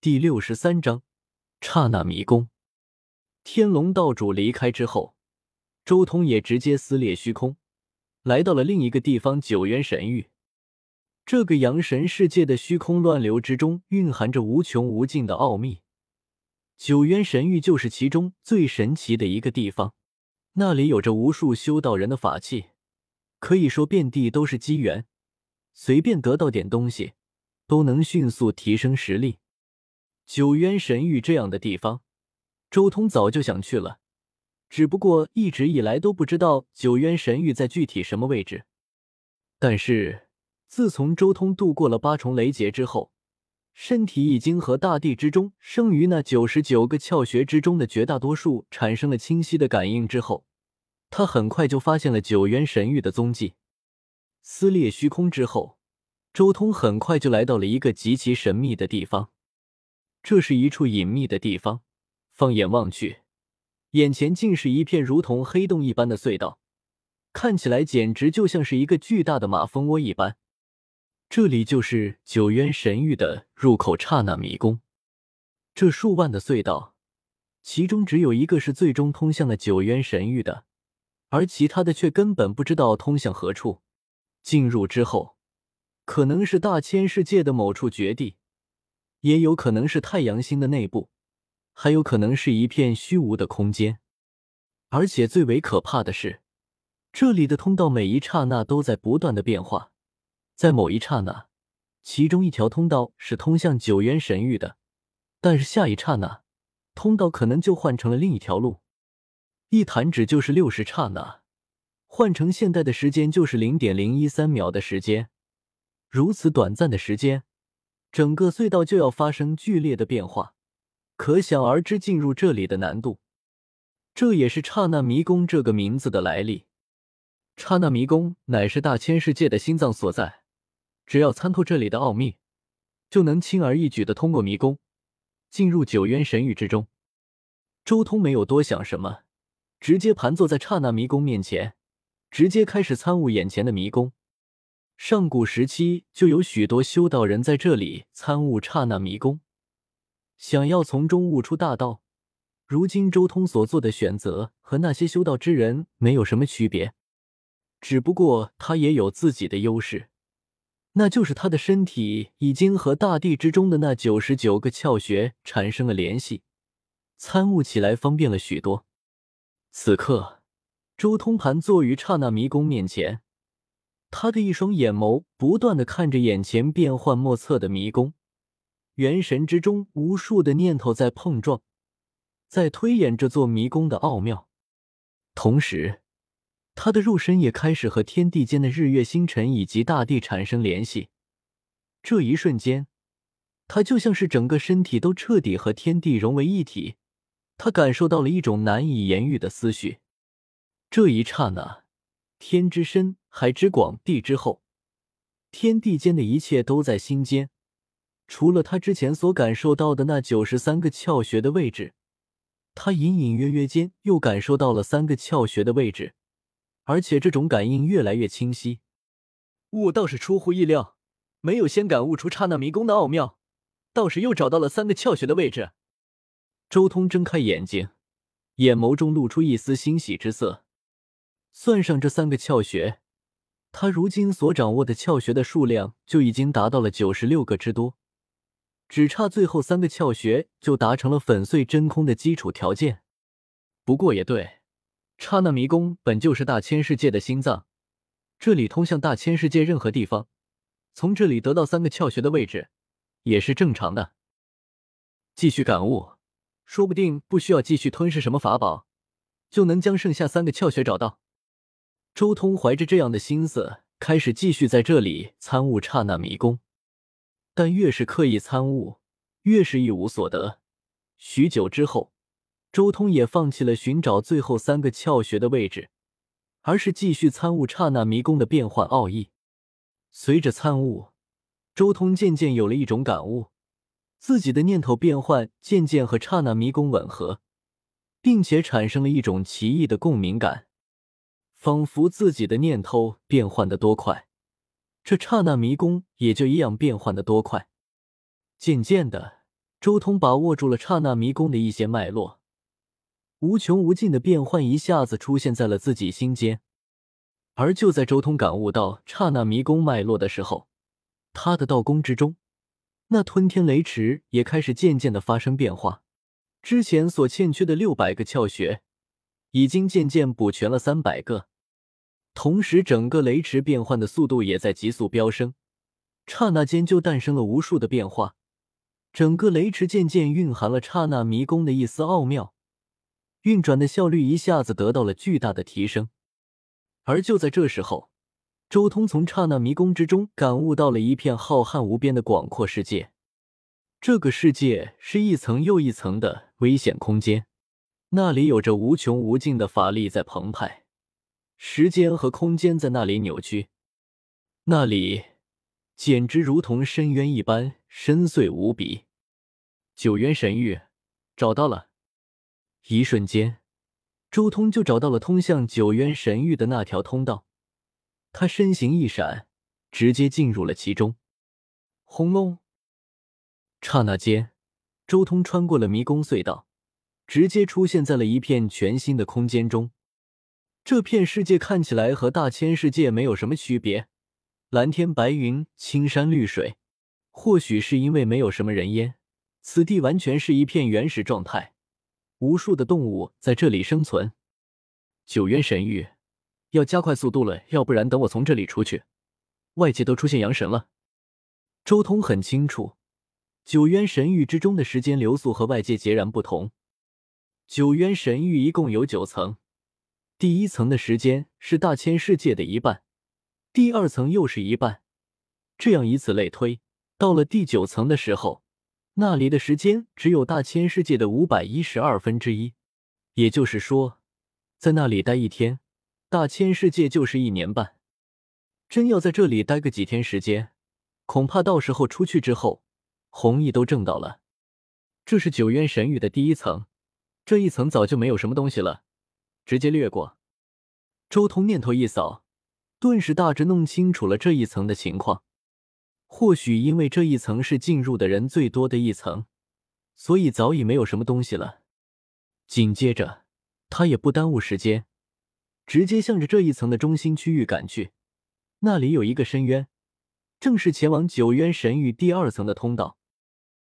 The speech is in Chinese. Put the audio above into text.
第63章刹那迷宫。天龙道主离开之后，周通也直接撕裂虚空，来到了另一个地方九渊神域。这个阳神世界的虚空乱流之中蕴含着无穷无尽的奥秘，九渊神域就是其中最神奇的一个地方。那里有着无数修道人的法器，可以说遍地都是机缘，随便得到点东西都能迅速提升实力。九渊神域这样的地方，周通早就想去了，只不过一直以来都不知道九渊神域在具体什么位置。但是自从周通度过了8重雷劫之后，身体已经和大地之中生于那99个窍穴之中的绝大多数产生了清晰的感应之后，他很快就发现了九渊神域的踪迹。撕裂虚空之后，周通很快就来到了一个极其神秘的地方。这是一处隐秘的地方，放眼望去，眼前竟是一片如同黑洞一般的隧道，看起来简直就像是一个巨大的马蜂窝一般。这里就是九渊神域的入口刹那迷宫。这数万的隧道，其中只有一个是最终通向了九渊神域的，而其他的却根本不知道通向何处。进入之后，可能是大千世界的某处绝地，也有可能是太阳星的内部，还有可能是一片虚无的空间。而且最为可怕的是，这里的通道每一刹那都在不断的变化。在某一刹那，其中一条通道是通向九渊神域的，但是下一刹那，通道可能就换成了另一条路。一弹指就是60刹那，换成现代的时间就是 0.013 秒的时间。如此短暂的时间，整个隧道就要发生剧烈的变化，可想而知进入这里的难度。这也是刹那迷宫这个名字的来历。刹那迷宫乃是大千世界的心脏所在，只要参透这里的奥秘，就能轻而易举地通过迷宫，进入九渊神域之中。周通没有多想什么，直接盘坐在刹那迷宫面前，直接开始参悟眼前的迷宫。上古时期就有许多修道人在这里参悟刹那迷宫，想要从中悟出大道。如今周通所做的选择和那些修道之人没有什么区别，只不过他也有自己的优势，那就是他的身体已经和大地之中的那99个窍穴产生了联系，参悟起来方便了许多。此刻，周通盘坐于刹那迷宫面前，他的一双眼眸不断地看着眼前变幻莫测的迷宫，元神之中无数的念头在碰撞，在推演这座迷宫的奥妙。同时，他的肉身也开始和天地间的日月星辰以及大地产生联系。这一瞬间，他就像是整个身体都彻底和天地融为一体，他感受到了一种难以言喻的思绪。这一刹那，天之深，海之广，地之厚，天地间的一切都在心间，除了他之前所感受到的那93个窍穴的位置，他隐隐约约间又感受到了3个窍穴的位置，而且这种感应越来越清晰。我倒是出乎意料，没有先感悟出刹那迷宫的奥妙，倒是又找到了3个窍穴的位置。周通睁开眼睛，眼眸中露出一丝欣喜之色。算上这3个窍穴，他如今所掌握的窍穴的数量就已经达到了96个之多，只差最后3个窍穴就达成了粉碎真空的基础条件。不过也对，刹那迷宫本就是大千世界的心脏，这里通向大千世界任何地方，从这里得到3个窍穴的位置也是正常的。继续感悟，说不定不需要继续吞噬什么法宝，就能将剩下3个窍穴找到。周通怀着这样的心思，开始继续在这里参悟刹那迷宫。但越是刻意参悟，越是一无所得。许久之后，周通也放弃了寻找最后3个窍穴的位置，而是继续参悟刹那迷宫的变幻奥义。随着参悟，周通渐渐有了一种感悟，自己的念头变换渐渐和刹那迷宫吻合，并且产生了一种奇异的共鸣感，仿佛自己的念头变换得多快，这刹那迷宫也就一样变换得多快。渐渐的， 周通把握住了刹那迷宫的一些脉络，无穷无尽的变幻一下子出现在了自己心间。而就在周通感悟到刹那迷宫脉络的时候，他的道宫之中，那吞天雷池也开始渐渐的发生变化。之前所欠缺的600个窍穴，已经渐渐补全了300个。同时整个雷池变换的速度也在急速飙升，刹那间就诞生了无数的变化。整个雷池渐渐蕴含了刹那迷宫的一丝奥妙，运转的效率一下子得到了巨大的提升。而就在这时候，周通从刹那迷宫之中感悟到了一片浩瀚无边的广阔世界。这个世界是一层又一层的危险空间，那里有着无穷无尽的法力在澎湃，时间和空间在那里扭曲，那里简直如同深渊一般深邃无比。九渊神域，找到了。一瞬间，周通就找到了通向九渊神域的那条通道，他身形一闪，直接进入了其中。轰隆！刹那间，周通穿过了迷宫隧道，直接出现在了一片全新的空间中。这片世界看起来和大千世界没有什么区别，蓝天白云，青山绿水。或许是因为没有什么人烟，此地完全是一片原始状态，无数的动物在这里生存。九渊神域，要加快速度了，要不然等我从这里出去，外界都出现阳神了。周通很清楚，九渊神域之中的时间流速和外界截然不同。九渊神域一共有9层，第一层的时间是大千世界的1半，第2层又是1半，这样以此类推，到了第9层的时候，那里的时间只有大千世界的512/1，也就是说，在那里待1天，大千世界就是1年半。真要在这里待个几天时间，恐怕到时候出去之后，红益都挣到了。这是九渊神域的第1层，这一层早就没有什么东西了，直接略过。周通念头一扫，顿时大致弄清楚了这一层的情况。或许因为这一层是进入的人最多的一层，所以早已没有什么东西了。紧接着，他也不耽误时间，直接向着这一层的中心区域赶去。那里有一个深渊，正是前往九渊神域第2层的通道。